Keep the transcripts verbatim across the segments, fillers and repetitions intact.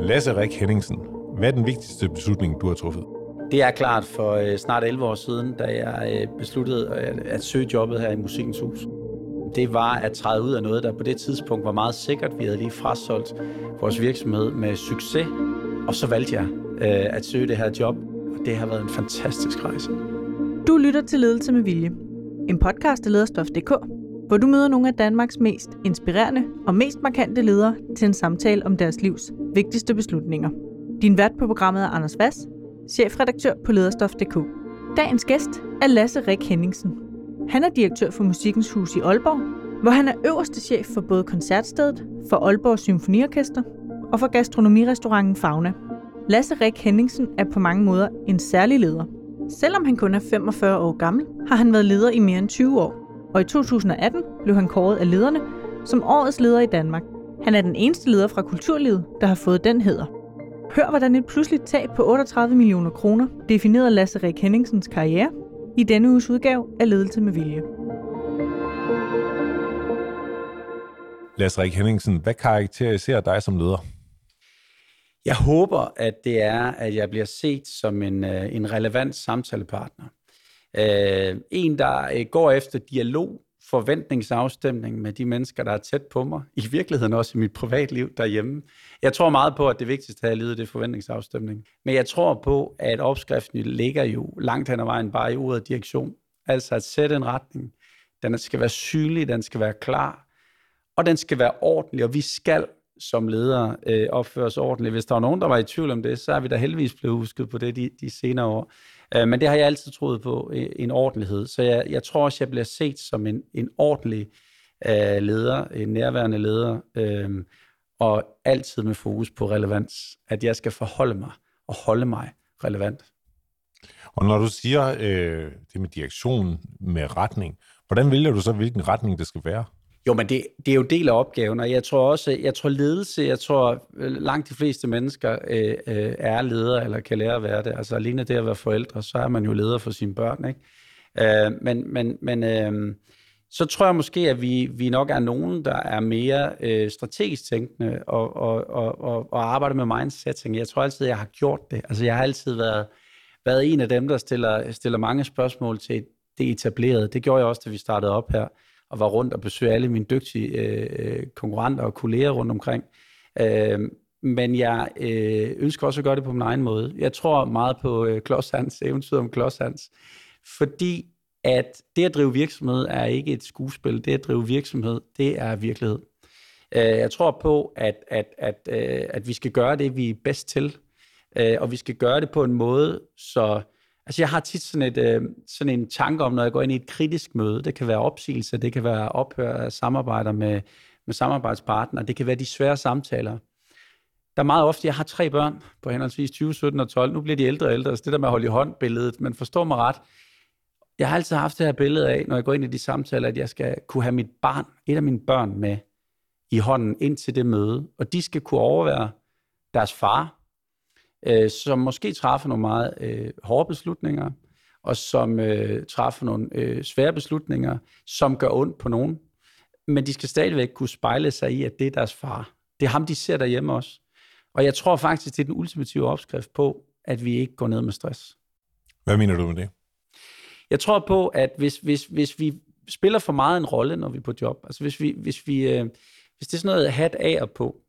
Lasse Rik Henningsen, hvad er den vigtigste beslutning, du har truffet? Det er klart for øh, snart elleve år siden, da jeg øh, besluttede at, at søge jobbet her i Musikkens Hus. Det var at træde ud af noget, der på det tidspunkt var meget sikkert. Vi havde lige frasolgt vores virksomhed med succes, og så valgte jeg øh, at søge det her job, og det har været en fantastisk rejse. Du lytter til Ledelse med Vilje, en podcast af Lederstof punktum d k, hvor du møder nogle af Danmarks mest inspirerende og mest markante ledere til en samtale om deres livs vigtigste beslutninger. Din vært på programmet er Anders Vass, chefredaktør på Lederstof punktum d k. Dagens gæst er Lasse Rik Henningsen. Han er direktør for Musikkens Hus i Aalborg, hvor han er øverste chef for både koncertstedet, for Aalborg Symfoniorkester og for gastronomirestauranten Fauna. Lasse Rik Henningsen er på mange måder en særlig leder. Selvom han kun er femogfyrre år gammel, har han været leder i mere end tyve år, og i to tusind og atten blev han kåret af lederne som årets leder i Danmark. Han er den eneste leder fra kulturlivet, der har fået den hæder. Hør, hvordan et pludseligt tab på otteogtredive millioner kroner definerede Lasse Rik Henningsens karriere i denne uges udgave af Ledelse med Vilje. Lasse Rik Henningsen, hvad karakteriserer dig som leder? Jeg håber, at det er, at jeg bliver set som en, en relevant samtalepartner. Uh, en, der uh, går efter dialog, forventningsafstemning med de mennesker, der er tæt på mig. I virkeligheden også i mit privatliv derhjemme. Jeg tror meget på, at det vigtigste her i livet, det er forventningsafstemning. Men jeg tror på, at opskriften ligger jo langt hen ad vejen bare i ordet direktion. Altså at sætte en retning. Den skal være synlig, den skal være klar, og den skal være ordentlig, og vi skal som ledere øh, opføre os ordentligt. Hvis der var nogen, der var i tvivl om det, så er vi da heldigvis blevet husket på det de, de senere år. Øh, men det har jeg altid troet på, øh, en ordentlighed. Så jeg, jeg tror også, jeg bliver set som en, en ordentlig øh, leder, en nærværende leder, øh, og altid med fokus på relevans. At jeg skal forholde mig og holde mig relevant. Og når du siger øh, det med direktion, med retning, hvordan vælger du så, hvilken retning det skal være? Jo, men det, det er jo del af opgaven, og jeg tror også, jeg tror ledelse, jeg tror langt de fleste mennesker øh, øh, er ledere, eller kan lære at være det. Altså alene det at være forældre, så er man jo leder for sine børn, ikke? Øh, men men, men øh, så tror jeg måske, at vi, vi nok er nogen, der er mere øh, strategisk tænkende, og, og, og, og, og arbejder med mindsetting. Jeg tror altid, jeg har gjort det. Altså jeg har altid været, været en af dem, der stiller, stiller mange spørgsmål til det etablerede. Det gjorde jeg også, da vi startede op her, og var rundt og besøgte alle mine dygtige øh, konkurrenter og kolleger rundt omkring. Øh, men jeg øh, ønsker også at gøre det på min egen måde. Jeg tror meget på øh, Klods Hans, eventyr om Klods Hans, fordi at det at drive virksomhed er ikke et skuespil. Det at drive virksomhed, det er virkelighed. Øh, jeg tror på, at, at, at, øh, at vi skal gøre det, vi er bedst til, øh, og vi skal gøre det på en måde, så... Altså jeg har tit sådan, et, øh, sådan en tanke om, når jeg går ind i et kritisk møde, det kan være opsigelse, det kan være ophør af samarbejder med, med samarbejdspartnere, det kan være de svære samtaler. Der er meget ofte, jeg har tre børn på henholdsvis tyve, sytten og tolv, nu bliver de ældre og ældre, så det der med at holde i hånd billedet, men forstår mig ret, jeg har altid haft det her billede af, når jeg går ind i de samtaler, at jeg skal kunne have mit barn, et af mine børn med i hånden ind til det møde, og de skal kunne overvære deres far, Øh, som måske træffer nogle meget øh, hårde beslutninger, og som øh, træffer nogle øh, svære beslutninger, som gør ondt på nogen. Men de skal stadigvæk kunne spejle sig i, at det er deres far. Det er ham, de ser derhjemme også. Og jeg tror faktisk, det er den ultimative opskrift på, at vi ikke går ned med stress. Hvad mener du med det? Jeg tror på, at hvis, hvis, hvis vi spiller for meget en rolle, når vi er på job, altså hvis, vi, hvis, vi, øh, hvis det er sådan noget hat af og på,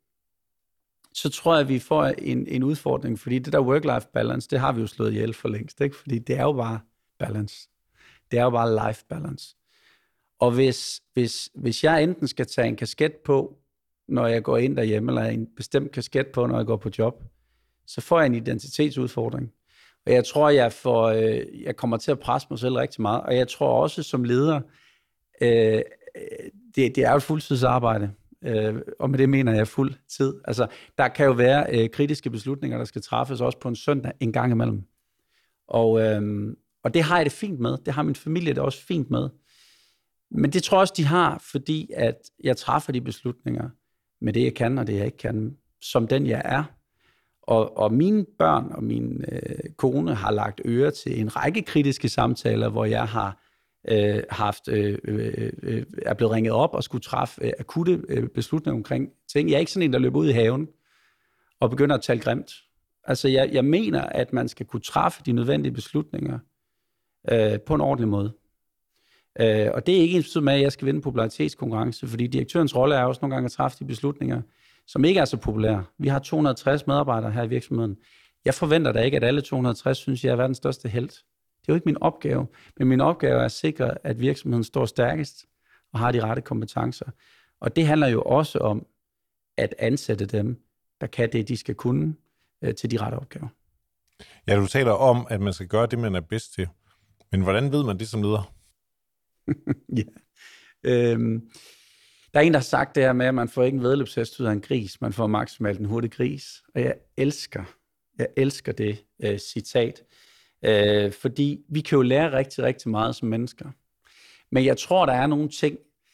så tror jeg, at vi får en, en udfordring, fordi det der work-life balance, det har vi jo slået ihjel for længst, ikke? Fordi det er jo bare balance. Det er jo bare life balance. Og hvis, hvis, hvis jeg enten skal tage en kasket på, når jeg går ind derhjemme, eller en bestemt kasket på, når jeg går på job, så får jeg en identitetsudfordring. Og jeg tror, jeg, får, øh, jeg kommer til at presse mig selv rigtig meget. Og jeg tror også som leder, øh, det, det er jo et fuldtidsarbejde. Øh, og med det mener jeg fuld tid. Altså, der kan jo være øh, kritiske beslutninger, der skal træffes også på en søndag en gang imellem. Og, øh, og det har jeg det fint med. Det har min familie det også fint med. Men det tror jeg også, de har, fordi at jeg træffer de beslutninger med det, jeg kan, og det, jeg ikke kan, som den, jeg er. Og, og mine børn og min øh, kone har lagt øre til en række kritiske samtaler, hvor jeg har øh, haft, øh, øh, øh, er blevet ringet op og skulle træffe øh, akutte øh, beslutninger omkring ting. Jeg er ikke sådan en, der løber ud i haven og begynder at tale grimt. Altså, jeg, jeg mener, at man skal kunne træffe de nødvendige beslutninger øh, på en ordentlig måde. Øh, og det er ikke ens med, at jeg skal vinde popularitetskonkurrence, fordi direktørens rolle er også nogle gange at træffe de beslutninger, som ikke er så populære. Vi har to hundrede og tres medarbejdere her i virksomheden. Jeg forventer da ikke, at alle to hundrede og tres synes, jeg er verdens største helt. Det er jo ikke min opgave, men min opgave er at sikre, at virksomheden står stærkest og har de rette kompetencer. Og det handler jo også om at ansætte dem, der kan det, de skal kunne, øh, til de rette opgaver. Ja, du taler om, at man skal gøre det, man er bedst til. Men hvordan ved man det som leder? ja. øhm, der er en, der har sagt det her med, at man får ikke en væddeløbshest ud af en gris, man får maksimalt en hurtig gris. Og jeg elsker, jeg elsker det øh, citat. Øh, fordi vi kan jo lære rigtig, rigtig meget som mennesker. Men jeg tror, der er nogle ting,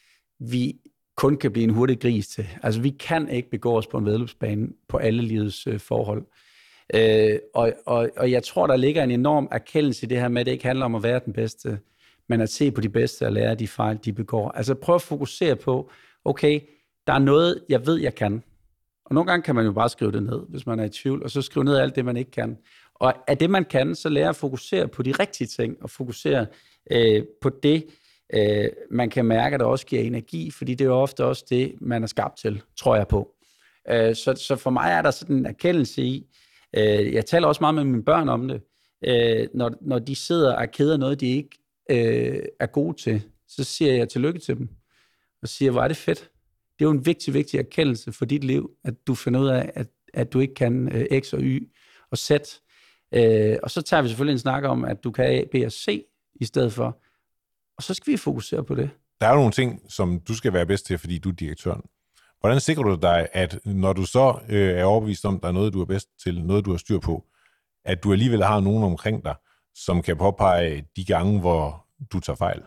vi kun kan blive en hurtig gris til. Altså, vi kan ikke begå os på en væddeløbsbane på alle livets øh, forhold. Øh, og, og, og jeg tror, der ligger en enorm erkendelse i det her med, at det ikke handler om at være den bedste, men at se på de bedste og lære de fejl, de begår. Altså, prøv at fokusere på, okay, der er noget, jeg ved, jeg kan. Og nogle gange kan man jo bare skrive det ned, hvis man er i tvivl, og så skrive ned alt det, man ikke kan. Og af det, man kan, så lære at fokusere på de rigtige ting, og fokusere øh, på det, øh, man kan mærke, at det også giver energi, fordi det er jo ofte også det, man er skabt til, tror jeg på. Øh, så, så for mig er der sådan en erkendelse i, øh, jeg taler også meget med mine børn om det, øh, når, når de sidder og er ked af noget, de ikke øh, er gode til, så siger jeg tillykke til dem, og siger, hvor er det fedt. Det er jo en vigtig, vigtig erkendelse for dit liv, at du finder ud af, at, at du ikke kan øh, X og Y og Z. Øh, og så tager vi selvfølgelig en snak om, at du kan A, B og C i stedet for. Og så skal vi fokusere på det. Der er jo nogle ting, som du skal være bedst til, fordi du er direktøren. Hvordan sikrer du dig, at når du så øh, er overbevist om, at der er noget, du er bedst til, noget, du har styr på, at du alligevel har nogen omkring dig, som kan påpege de gange, hvor du tager fejl?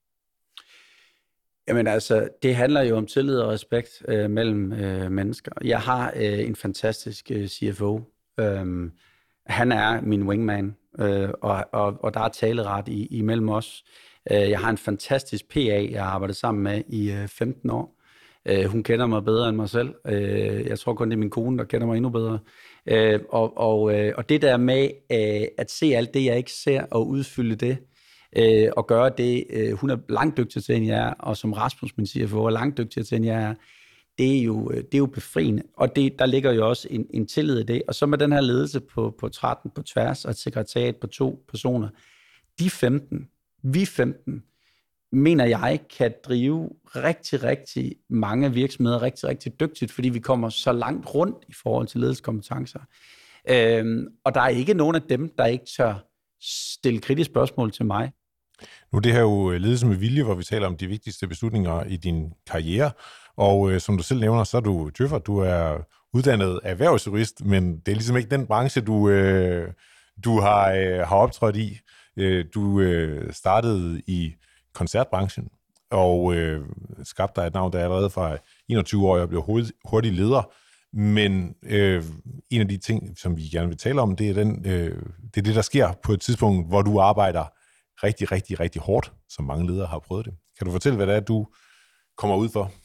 Jamen altså, det handler jo om tillid og respekt øh, mellem øh, mennesker. Jeg har øh, en fantastisk øh, C F O. Øhm, han er min wingman, øh, og, og, og der er taleret i, imellem os. Øh, jeg har en fantastisk P A, jeg har arbejdet sammen med i øh, femten år. Øh, hun kender mig bedre end mig selv. Øh, jeg tror kun, det er min kone, der kender mig endnu bedre. Øh, og, og, øh, og det der med øh, at se alt det, jeg ikke ser, og udfylde det, øh, og gøre det, øh, hun er langt dygtigere til, end jeg er, og som Rasmus, min C F O, er langt dygtigere til, end jeg er, det er jo, det er jo befriende. Og det, der ligger jo også en, en tillid i det. Og så med den her ledelse på, på tretten på tværs, og et sekretariat på to personer, de femten, vi femten, mener jeg, kan drive rigtig, rigtig mange virksomheder rigtig, rigtig dygtigt, fordi vi kommer så langt rundt i forhold til ledelseskompetencer. Øhm, og der er ikke nogen af dem, der ikke tør stille kritiske spørgsmål til mig. Nu er det her jo ledelse med vilje, hvor vi taler om de vigtigste beslutninger i din karriere. Og øh, som du selv nævner, så er du djøffer, du er uddannet erhvervsjurist, men det er ligesom ikke den branche, du, øh, du har, øh, har optrådt i. Øh, du øh, startede i koncertbranchen og øh, skabte dig et navn, der allerede fra enogtyve år og blev hurtig leder. Men øh, en af de ting, som vi gerne vil tale om, det er, den, øh, det er det, der sker på et tidspunkt, hvor du arbejder rigtig, rigtig, rigtig hårdt, som mange ledere har prøvet det. Kan du fortælle, hvad det er, du kommer ud for?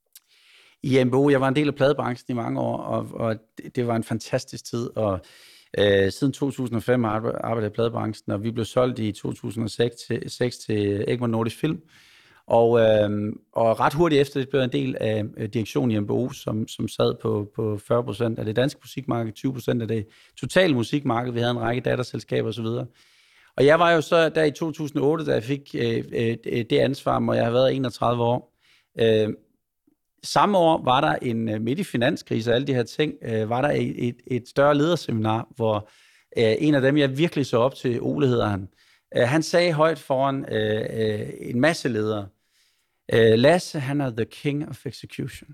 I M B O, jeg var en del af pladebranchen i mange år, og, og det, det var en fantastisk tid, og øh, siden to tusind og fem arbejdede jeg i pladebranchen, og vi blev solgt i to tusind og seks til, seks til Egmont Nordisk Film, og, øh, og ret hurtigt efter det blev jeg en del af direktionen i M B O, som, som sad på, på fyrre procent af det danske musikmarked, tyve procent af det totale musikmarked, vi havde en række datterselskaber osv., og jeg var jo så der i to tusind og otte, da jeg fik øh, øh, det ansvar, hvor jeg har været enogtredive år. Øh, samme år var der en, øh, midt i finanskrise og alle de her ting, øh, var der et, et, et større lederseminar, hvor øh, en af dem, jeg virkelig så op til, Ole hedder han, øh, han sagde højt foran øh, øh, en masse ledere, øh, Lasse, han er the king of execution.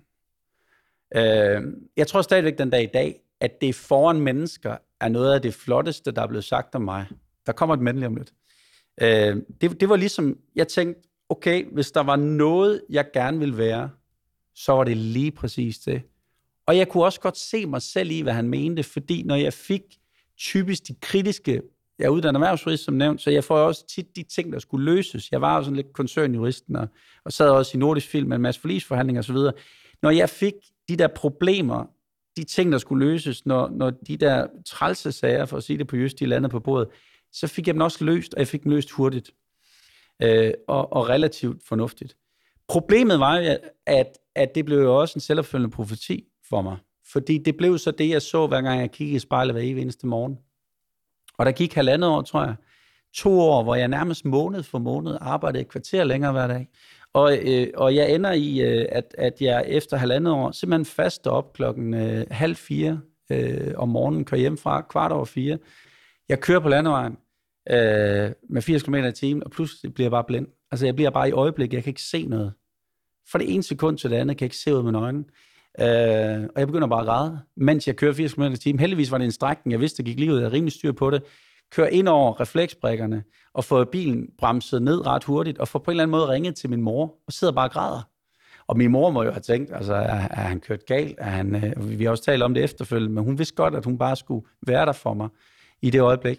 Øh, jeg tror stadigvæk den dag i dag, at det foran mennesker er noget af det flotteste, der er blevet sagt om mig. Der kommer et men lige om lidt. Øh, det, det var ligesom, jeg tænkte, okay, hvis der var noget, jeg gerne ville være, så var det lige præcis det. Og jeg kunne også godt se mig selv i, hvad han mente, fordi når jeg fik typisk de kritiske, jeg er uddannet erhvervsjurist, som nævnt, så jeg får også tit de ting, der skulle løses. Jeg var jo sådan lidt koncernjuristen, og, og sad også i Nordisk Film med en masse forligsforhandlinger osv. Når jeg fik de der problemer, de ting, der skulle løses, når, når de der trælse sager, for at sige det på jysk, de landede på bordet, så fik jeg dem også løst, og jeg fik dem løst hurtigt øh, og, og relativt fornuftigt. Problemet var jo, at, at det blev jo også en selvopfølgende profeti for mig, fordi det blev så det, jeg så, hver gang jeg kiggede i spejlet hver evig eneste morgen. Og der gik halvandet år, tror jeg, to år, hvor jeg nærmest måned for måned arbejdede et kvarter længere hver dag. Og, øh, og jeg ender i, øh, at, at jeg efter halvandet år simpelthen faster op klokken øh, halv fire øh, om morgenen, kører hjem fra kvart over fire. Jeg kører på landevejen øh, med firs kilometer i timen, og pludselig bliver jeg bare blind. Altså jeg bliver bare i øjeblik, jeg kan ikke se noget. Fra det ene sekund til det andet kan jeg ikke se ud med øjnene. Øh, og jeg begynder bare at græde, mens jeg kører firs kilometer i timen. Heldigvis var det en strækning, jeg vidste, der gik lige ud, jeg havde rimelig styr på det. Kører ind over refleksbrikkerne og får bilen bremset ned ret hurtigt, og får på en eller anden måde ringet til min mor, og sidder bare og græder. Og min mor må jo have tænkt, altså, er, er han kørt galt? Er han, øh, vi har også talt om det efterfølgende, men hun vidste godt, at hun bare skulle være der for mig i det øjeblik.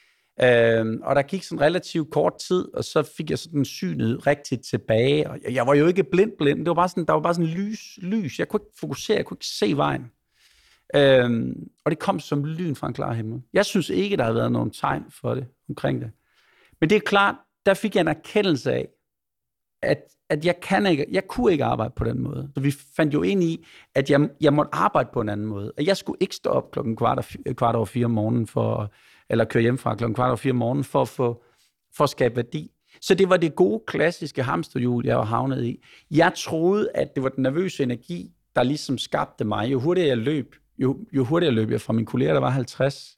Øh, og der gik sådan relativt kort tid, og så fik jeg sådan synet rigtigt tilbage. Og jeg, jeg var jo ikke blind blind, det var bare sådan, der var bare sådan lys, lys. Jeg kunne ikke fokusere, jeg kunne ikke se vejen. Øhm, og det kom som lyn fra en klar himmel. Jeg synes ikke, der har været nogen tegn for det omkring det. Men det er klart, der fik jeg en erkendelse af, at, at jeg, kan ikke, jeg kunne ikke arbejde på den måde. Så vi fandt jo ind i, at jeg, jeg måtte arbejde på en anden måde. Og jeg skulle ikke stå op klokken kvart, kvart over fire om morgenen, for, eller køre hjem fra klokken kvart over fire om morgenen, for at, få, for at skabe værdi. Så det var det gode, klassiske hamsterhjul, jeg var havnet i. Jeg troede, at det var den nervøse energi, der ligesom skabte mig. Jo hurtigere jeg løb, Jo, jo hurtigere løb jeg fra mine kolleger, der var halvtreds.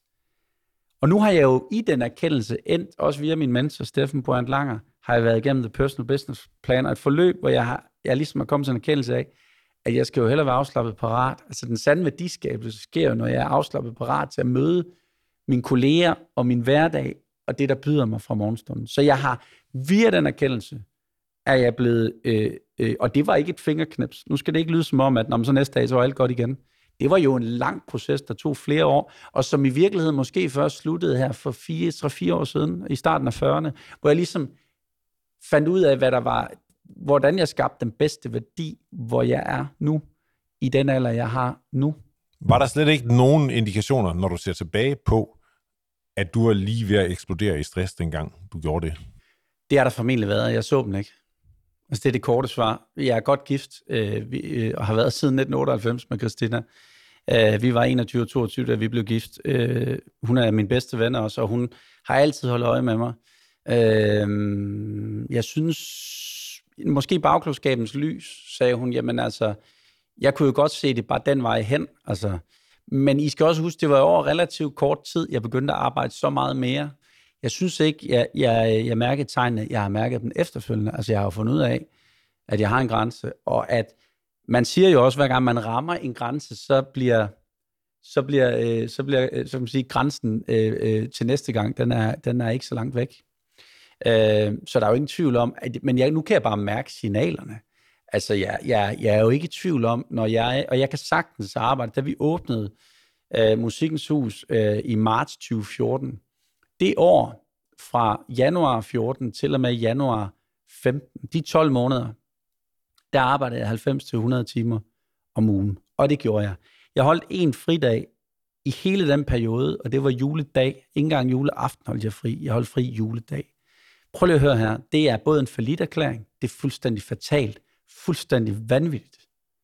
Og nu har jeg jo i den erkendelse endt, også via min mentor, Steffen Brandt Langer, har jeg været igennem The Personal Business Plan, og et forløb, hvor jeg, har, jeg ligesom har kommet til en erkendelse af, at jeg skal jo hellere være afslappet parat. Altså den sande værdiskabelse sker jo, når jeg er afslappet parat til at møde mine kolleger og min hverdag, og det, der byder mig fra morgenstunden. Så jeg har via den erkendelse, er jeg blevet, øh, øh, og det var ikke et fingerknips. Nu skal det ikke lyde som om, at når man så næste dag, så var alt godt igen. Det var jo en lang proces, der tog flere år, og som i virkeligheden måske først sluttede her for fire, tre, fire år siden, i starten af fyrrerne, hvor jeg ligesom fandt ud af, hvad der var, hvordan jeg skabte den bedste værdi, hvor jeg er nu, i den alder, jeg har nu. Var der slet ikke nogen indikationer, når du ser tilbage på, at du var lige ved at eksplodere i stress, dengang du gjorde det? Det har der formentlig været, jeg så dem ikke. Altså det er det korte svar. Jeg er godt gift, øh, vi, øh, og har været siden nitten otteoghalvfems med Christina. Øh, vi var enogtyve og toogtyve, da vi blev gift. Øh, hun er min bedste ven også, og hun har altid holdt øje med mig. Øh, jeg synes, måske bagklogskabens lys, sagde hun, jamen altså, jeg kunne jo godt se det bare den vej hen. Altså, men I skal også huske, det var over relativt kort tid, jeg begyndte at arbejde så meget mere. Jeg synes ikke, jeg, jeg, jeg mærker tegnene, jeg har mærket dem efterfølgende. Altså jeg har jo fundet ud af, at jeg har en grænse, og at man siger jo også, hver gang man rammer en grænse, så bliver, så bliver, øh, så bliver øh, så kan man sige, grænsen øh, øh, til næste gang, den er, den er ikke så langt væk. Øh, så der er jo ingen tvivl om, at, men jeg, nu kan jeg bare mærke signalerne. Altså jeg, jeg, jeg er jo ikke i tvivl om, når jeg, og jeg kan sagtens arbejde, da vi åbnede øh, Musikkens Hus øh, i marts tyve fjorten, det år fra januar fjorten til og med januar femten, de tolv måneder, der arbejdede jeg halvfems til hundrede timer om ugen. Og det gjorde jeg. Jeg holdt en fridag i hele den periode, og det var juledag. Ikke engang juleaften holdt jeg fri. Jeg holdt fri juledag. Prøv lige at høre her. Det er både en falliterklæring, det er fuldstændig fatalt, fuldstændig vanvittigt.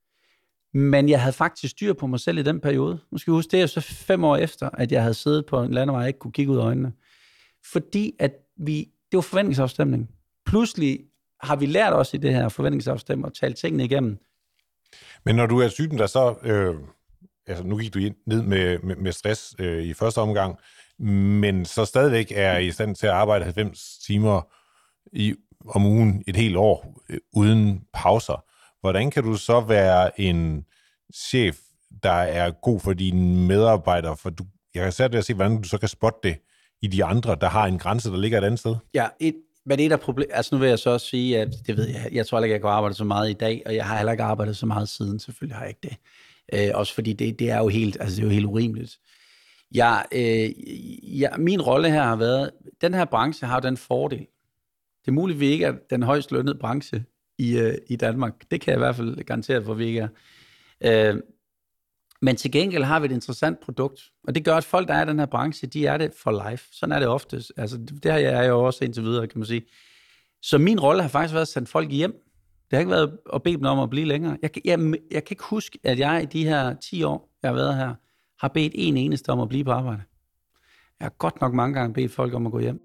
Men jeg havde faktisk styr på mig selv i den periode. Nu skal vi huske, det er jo så fem år efter, at jeg havde siddet på en landevej, og ikke kunne kigge ud af øjnene. Fordi at vi, det var forventningsafstemning. Pludselig har vi lært os i det her forventningsafstemning at tale tingene igennem. Men når du er typen, der så, øh, altså nu gik du ned med, med, med stress øh, i første omgang, men så stadigvæk er i stand til at arbejde halvfems timer i, om ugen et helt år, øh, uden pauser. Hvordan kan du så være en chef, der er god for dine medarbejdere? For du, jeg kan særligt se, hvordan du så kan spotte det i de andre, der har en grænse, der ligger et andet sted. Ja, et, men det er der problem. Altså nu vil jeg så også sige, at det ved jeg, jeg tror ikke, jeg kan arbejde så meget i dag, og jeg har heller ikke arbejdet så meget siden. Selvfølgelig har jeg ikke det. Øh, også fordi det, det er jo helt, altså det er jo helt urimeligt. Jeg, øh, jeg, min rolle her har været, den her branche har den fordel. Det er muligt, at vi ikke er den højst lønnede branche i, øh, i Danmark. Det kan jeg i hvert fald garantere, for vi ikke er. Øh, Men til gengæld har vi et interessant produkt, og det gør, at folk, der er i den her branche, de er det for life. Sådan er det ofte. Altså, det har jeg jo også indtil videre, kan man sige. Så min rolle har faktisk været at sende folk hjem. Det har ikke været at bede dem om at blive længere. Jeg, jeg, jeg kan ikke huske, at jeg i de her ti år, jeg har været her, har bedt en eneste om at blive på arbejde. Jeg har godt nok mange gange bedt folk om at gå hjem.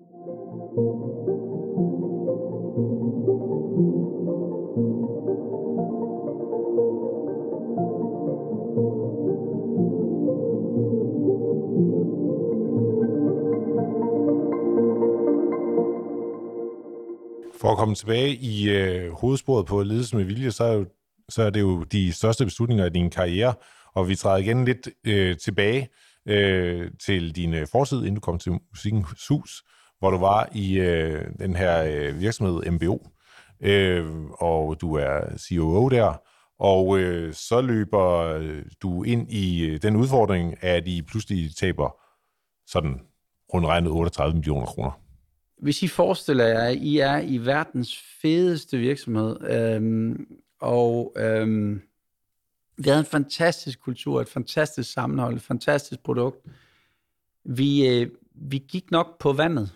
For at komme tilbage i øh, hovedsporet på ledelse med vilje, så er, jo, så er det jo de største beslutninger i din karriere, og vi træder igen lidt øh, tilbage øh, til din øh, fortid, inden du kom til Musikkens Hus, hvor du var i øh, den her øh, virksomhed M B O, øh, og du er C O O der, og øh, så løber du ind i øh, den udfordring, at I pludselig taber sådan rundt regnet otteogtredive millioner kroner. Hvis I forestiller jer, at I er i verdens fedeste virksomhed, øhm, og øhm, vi havde en fantastisk kultur, et fantastisk sammenhold, et fantastisk produkt. Vi, øh, vi gik nok på vandet,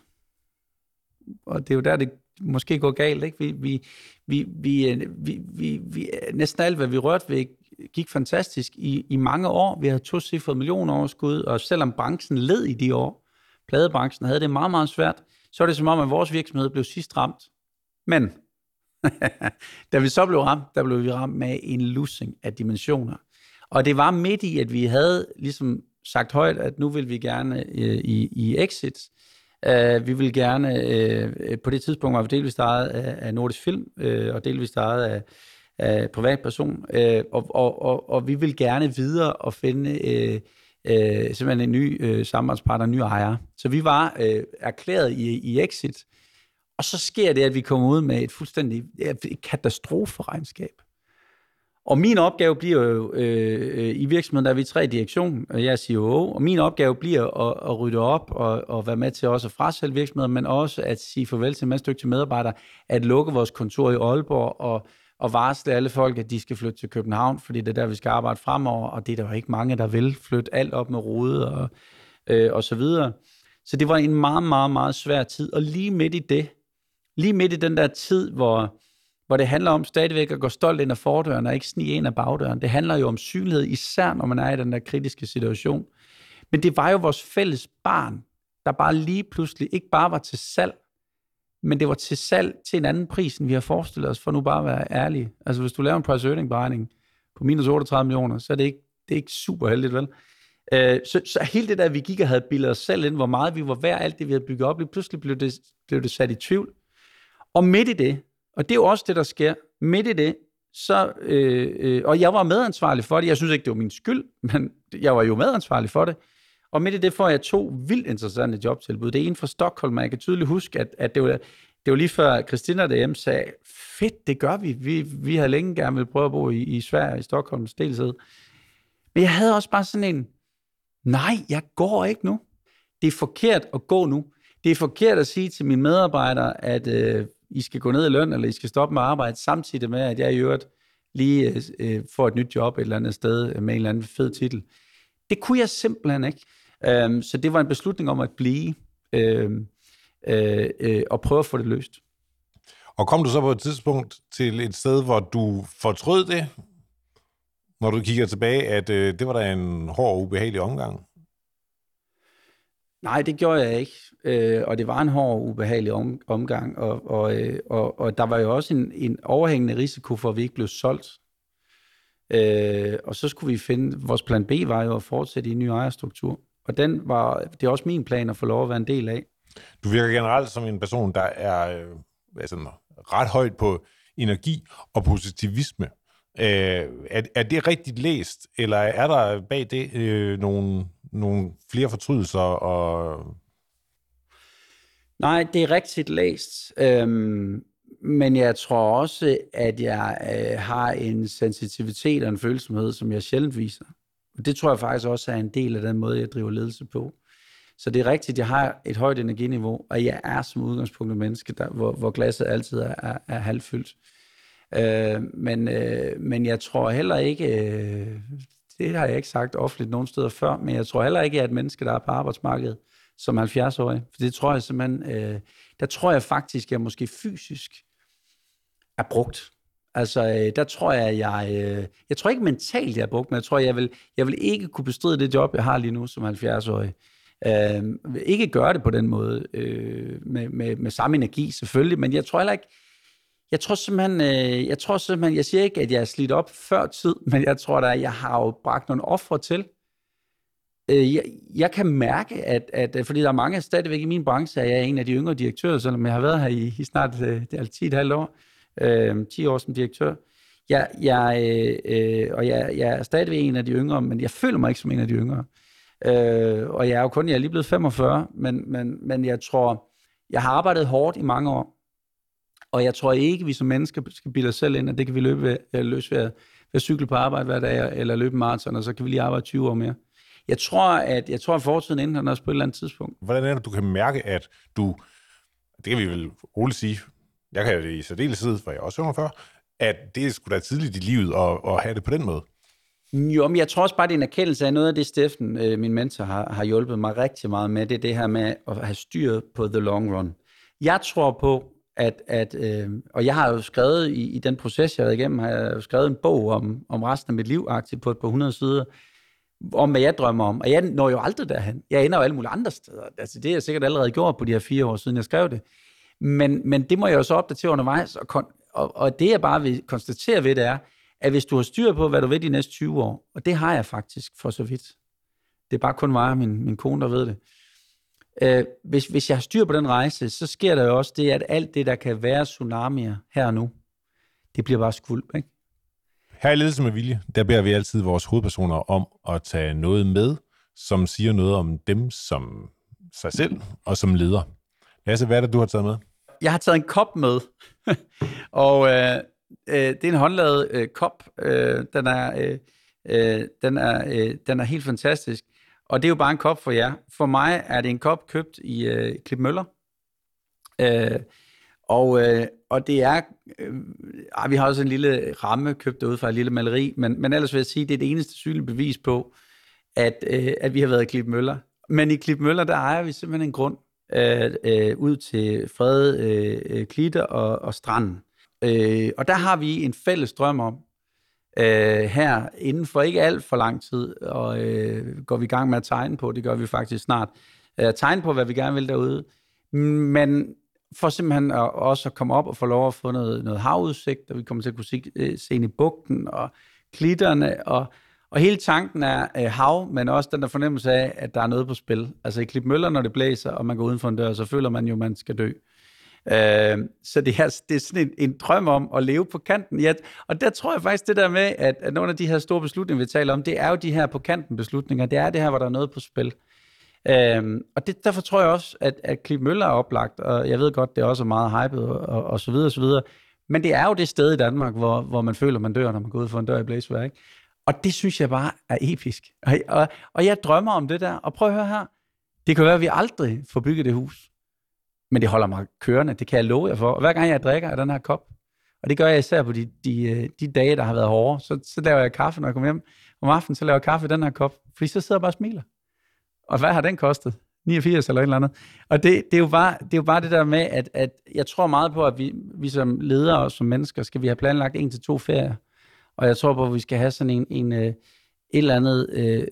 og det er jo der, det måske går galt, ikke? Vi, vi, vi, vi, vi, vi, vi, næsten alt, hvad vi rørte ved, gik fantastisk i, i mange år. Vi havde tocifret millioner overskud, og selvom branchen led i de år, pladebranchen havde det meget, meget svært, så er det som om, at vores virksomhed blev sidst ramt. Men da vi så blev ramt, der blev vi ramt med en lussing af dimensioner. Og det var midt i, at vi havde ligesom sagt højt, at nu vil vi gerne øh, i, i exit. Uh, vi vil gerne, uh, på det tidspunkt var vi delvist ejet af, af Nordisk Film, uh, og delvist ejet af, af privatperson, uh, og, og, og, og vi vil gerne videre og finde uh, uh, simpelthen en ny uh, samarbejdspartner, en ny ejer. Så vi var uh, erklæret i, i exit, og så sker det, at vi kommer ud med et fuldstændig et katastroferegnskab. Og min opgave bliver jo, øh, i virksomheden, der er vi tre direktion, og jeg er C O O, og min opgave bliver at, at rydde op og, og være med til også at frasælge virksomheden, men også at sige farvel til en masse dygtige medarbejdere, at lukke vores kontor i Aalborg og, og varsle alle folk, at de skal flytte til København, fordi det er der, vi skal arbejde fremover, og det er der jo ikke mange, der vil flytte alt op med rode og, øh, og så videre. Så det var en meget, meget, meget svær tid, og lige midt i det, lige midt i den der tid, hvor hvor det handler om stadigvæk at gå stolt ind ad fordøren og ikke snige ind ad bagdøren. Det handler jo om synlighed, især når man er i den der kritiske situation. Men det var jo vores fælles barn, der bare lige pludselig ikke bare var til salg, men det var til salg til en anden pris, end vi har forestillet os, for nu bare at være ærlige. Altså hvis du laver en price earning beregning på minus otteogtredive millioner, så er det ikke, det er ikke super heldigt, vel? Øh, så, så hele det der, vi gik og havde bildet os selv ind, hvor meget vi var værd, alt det vi havde bygget op, lige pludselig blev det, blev det sat i tvivl. Og midt i det, og det er jo også det, der sker. Midt i det, så, øh, øh, og jeg var medansvarlig for det. Jeg synes ikke, det var min skyld, men jeg var jo medansvarlig for det. Og midt i det får jeg to vildt interessante jobtilbud. Det ene fra Stockholm, og jeg kan tydeligt huske, at, at det, var, det var lige før Christina derhjemme sagde, fedt, det gør vi. Vi, vi har længe gerne vil prøve at bo i, i Sverige, i Stockholms delsæde. Men jeg havde også bare sådan en, nej, jeg går ikke nu. Det er forkert at gå nu. Det er forkert at sige til mine medarbejdere, at øh, I skal gå ned i løn, eller I skal stoppe med arbejde, samtidig med, at jeg i øvrigt lige øh, får et nyt job et eller andet sted med en eller anden fed titel. Det kunne jeg simpelthen ikke. Um, så det var en beslutning om at blive øh, øh, øh, og prøve at få det løst. Og kom du så på et tidspunkt til et sted, hvor du fortrød det, når du kigger tilbage, at øh, det var da en hård og ubehagelig omgang? Nej, det gjorde jeg ikke, øh, og det var en hård og ubehagelig om, omgang, og, og, øh, og, og der var jo også en, en overhængende risiko for, at vi ikke blev solgt. Øh, og så skulle vi finde, vores plan B var jo at fortsætte i en ny ejerstruktur, og den var, det er også min plan at få lov at være en del af. Du virker generelt som en person, der er øh, altså, ret højt på energi og positivisme. Øh, er, er det rigtigt læst, eller er der bag det øh, nogle, nogle flere fortrydelser? Og... Nej, det er rigtigt læst, øhm, men jeg tror også, at jeg øh, har en sensitivitet og en følsomhed, som jeg sjældent viser. Og det tror jeg faktisk også er en del af den måde, jeg driver ledelse på. Så det er rigtigt, jeg har et højt energiniveau, og jeg er som udgangspunkt et menneske, der, hvor, hvor glasset altid er, er, er halvfyldt. Øh, men, øh, men jeg tror heller ikke, øh, det har jeg ikke sagt offentligt nogen steder før, men jeg tror heller ikke, at jeg er et menneske, der er på arbejdsmarkedet som halvfjerds-årig. For det tror jeg simpelthen, øh, der tror jeg faktisk, at jeg måske fysisk er brugt. Altså, øh, der tror jeg, jeg, øh, jeg tror ikke mentalt, jeg er brugt, men jeg tror, jeg vil, jeg vil ikke kunne bestride det job, jeg har lige nu som halvfjerds-årig. Øh, ikke gøre det på den måde, øh, med, med, med samme energi selvfølgelig, men jeg tror heller ikke, jeg tror simpelthen, øh, jeg tror simpelthen, jeg siger ikke, at jeg er slidt op før tid, men jeg tror da, at jeg har jo bragt nogle ofre til. Øh, jeg, jeg kan mærke, at, at, fordi der er mange stadigvæk i min branche, at jeg er en af de yngre direktører, selvom jeg har været her i, i snart øh, det er ti et halvt år, øh, ti år som direktør. Jeg, jeg, øh, og jeg, jeg er stadigvæk en af de yngre, men jeg føler mig ikke som en af de yngre. Øh, og jeg er jo kun, jeg er lige blevet femogfyrre, men, men, men jeg tror, jeg har arbejdet hårdt i mange år, og jeg tror ikke, vi som mennesker skal bilde os selv ind, at det kan vi løbe ved, eller løse ved, ved at cykle på arbejde hver dag, eller løbe maraton, og så kan vi lige arbejde tyve år mere. Jeg tror, at, jeg tror, at fortiden ændrer os på et eller andet tidspunkt. Hvordan er det, du kan mærke, at du, det kan vi vel roligt sige, jeg kan jo det i særdeleshed, for jeg er også femogfyrre, at det er sgu da tidligt i livet at, at have det på den måde? Jo, men jeg tror også bare, det er en erkendelse af noget af det, Steffen, øh, min mentor, har, har hjulpet mig rigtig meget med. Det er det her med at have styr på the long run. Jeg tror på, at, at øh, og jeg har jo skrevet i, i den proces, jeg har været igennem, har jeg jo skrevet en bog om, om resten af mit liv, aktivt på et par hundrede sider, om hvad jeg drømmer om. Og jeg når jo aldrig derhen. Jeg ender jo alle mulige andre steder. Altså, det er jeg sikkert allerede gjort på de her fire år siden, jeg skrev det. Men, men det må jeg jo så opdatere undervejs, og, kon- og, og det jeg bare vil konstatere ved det er, at hvis du har styr på, hvad du ved de næste tyve år, og det har jeg faktisk for så vidt. Det er bare kun mig og min, min kone, der ved det. Øh, hvis, hvis jeg har styr på den rejse, så sker der jo også det, at alt det, der kan være tsunamier her og nu, det bliver bare skvulp, ikke? Her i Ledelse med Vilje, der beder vi altid vores hovedpersoner om at tage noget med, som siger noget om dem som sig selv og som leder. Lasse, hvad er det, du har taget med? Jeg har taget en kop med, og øh, øh, det er en håndlavet øh, kop. Øh, den, er, øh, den, er, øh, den er helt fantastisk, og det er jo bare en kop for jer. For mig er det en kop købt i øh, Klitmøller, øh, og, øh, og det er, øh, vi har også en lille ramme købt derude fra et lille maleri, men, men ellers vil jeg sige, det er det eneste synlige bevis på, at, øh, at vi har været i Klitmøller. Men i Klitmøller, der ejer vi simpelthen en grund øh, øh, ud til fredede øh, klitter og, og stranden. Øh, og der har vi en fælles drøm om, øh, her inden for ikke alt for lang tid, og øh, går vi i gang med at tegne på, det gør vi faktisk snart, øh, tegne på, hvad vi gerne vil derude. Men for simpelthen at, også at komme op og få lov at få noget, noget havudsigt, og vi kommer til at kunne se, se ind i bugten og klitterne, og, og hele tanken er øh, hav, men også den der fornemmelse af, at der er noget på spil. Altså i Klitmøller, når det blæser, og man går uden for en dør, så føler man jo, at man skal dø. Øh, så det er, det er sådan en, en drøm om at leve på kanten. Ja, og der tror jeg faktisk det der med, at, at nogle af de her store beslutninger, vi taler om, det er jo de her på kanten beslutninger. Det er det her, hvor der er noget på spil. Øhm, og det, derfor tror jeg også, at, at Klitmøller er oplagt, og jeg ved godt, det er også meget hypet, og, og, og så videre, og så videre. Men det er jo det sted i Danmark, hvor, hvor man føler, man dør, når man går ud for en dør i blæsevejr, ikke? Og det synes jeg bare er episk. Og, og, og jeg drømmer om det der. Og prøv at høre her. Det kan være, at vi aldrig får bygget det hus. Men det holder mig kørende. Det kan jeg love jer for. Og hver gang jeg drikker af den her kop, og det gør jeg især på de, de, de dage, der har været hårde, så, så laver jeg kaffe, når jeg kommer hjem om aftenen, så laver jeg kaffe i den her kop. Fordi så sidder jeg bare og smiler. Og hvad har den kostet? niogfirs eller et eller andet. Og det, det, er jo bare, det er jo bare det der med, at, at jeg tror meget på, at vi, vi som ledere og som mennesker, skal vi have planlagt en til to ferier. Og jeg tror på, at vi skal have sådan en, en et eller andet, øh,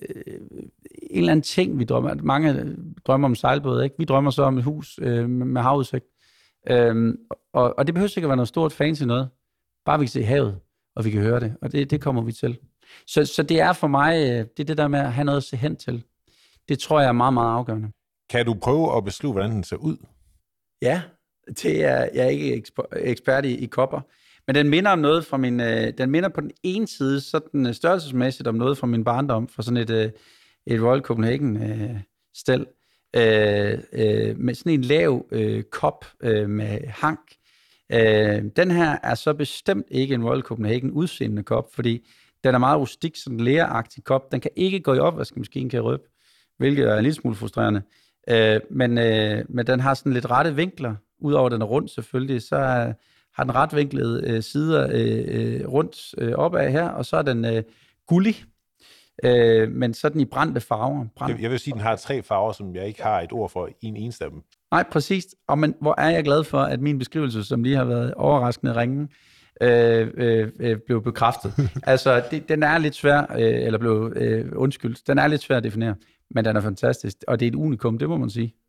en eller anden ting, vi drømmer. Mange drømmer om sejlbåd, ikke? Vi drømmer så om et hus øh, med havudsigt. Øhm, og, og det behøver ikke at være noget stort fancy noget. Bare vi kan se havet, og vi kan høre det. Og det, det kommer vi til. Så, så det er for mig, det er det der med at have noget at se hen til. Det tror jeg er meget, meget afgørende. Kan du prøve at beskrive, hvordan den ser ud? Ja, det er, jeg er ikke ekspert i, i kopper, men den minder om noget fra min, øh, den minder på den ene side, sådan størrelsesmæssigt om noget fra min barndom, fra sådan et, øh, et Royal Copenhagen-stel, øh, øh, med sådan en lav øh, kop øh, med hank. Øh, den her er så bestemt ikke en Royal Copenhagen udseendende kop, fordi den er meget rustik, sådan en leragtig kop. Den kan ikke gå i opvaskemaskinen, kan jeg røbe, hvilket er en lille smule frustrerende. Øh, men, øh, men den har sådan lidt rette vinkler, udover at den er rund selvfølgelig, så er, har den retvinklede øh, sider øh, rundt øh, opad her, og så er den øh, gullig. Øh, men sådan i brændte farver. Brand... Jeg, jeg vil sige, at den har tre farver, som jeg ikke har et ord for i en eneste af dem. Nej, præcis. Og men hvor er jeg glad for, at min beskrivelse, som lige har været overraskende ringe, øh, øh, øh, blev bekræftet. Altså, det, den er lidt svær, øh, eller blev øh, undskyldt, den er lidt svær at definere, men den er fantastisk, og det er et unikum, det må man sige.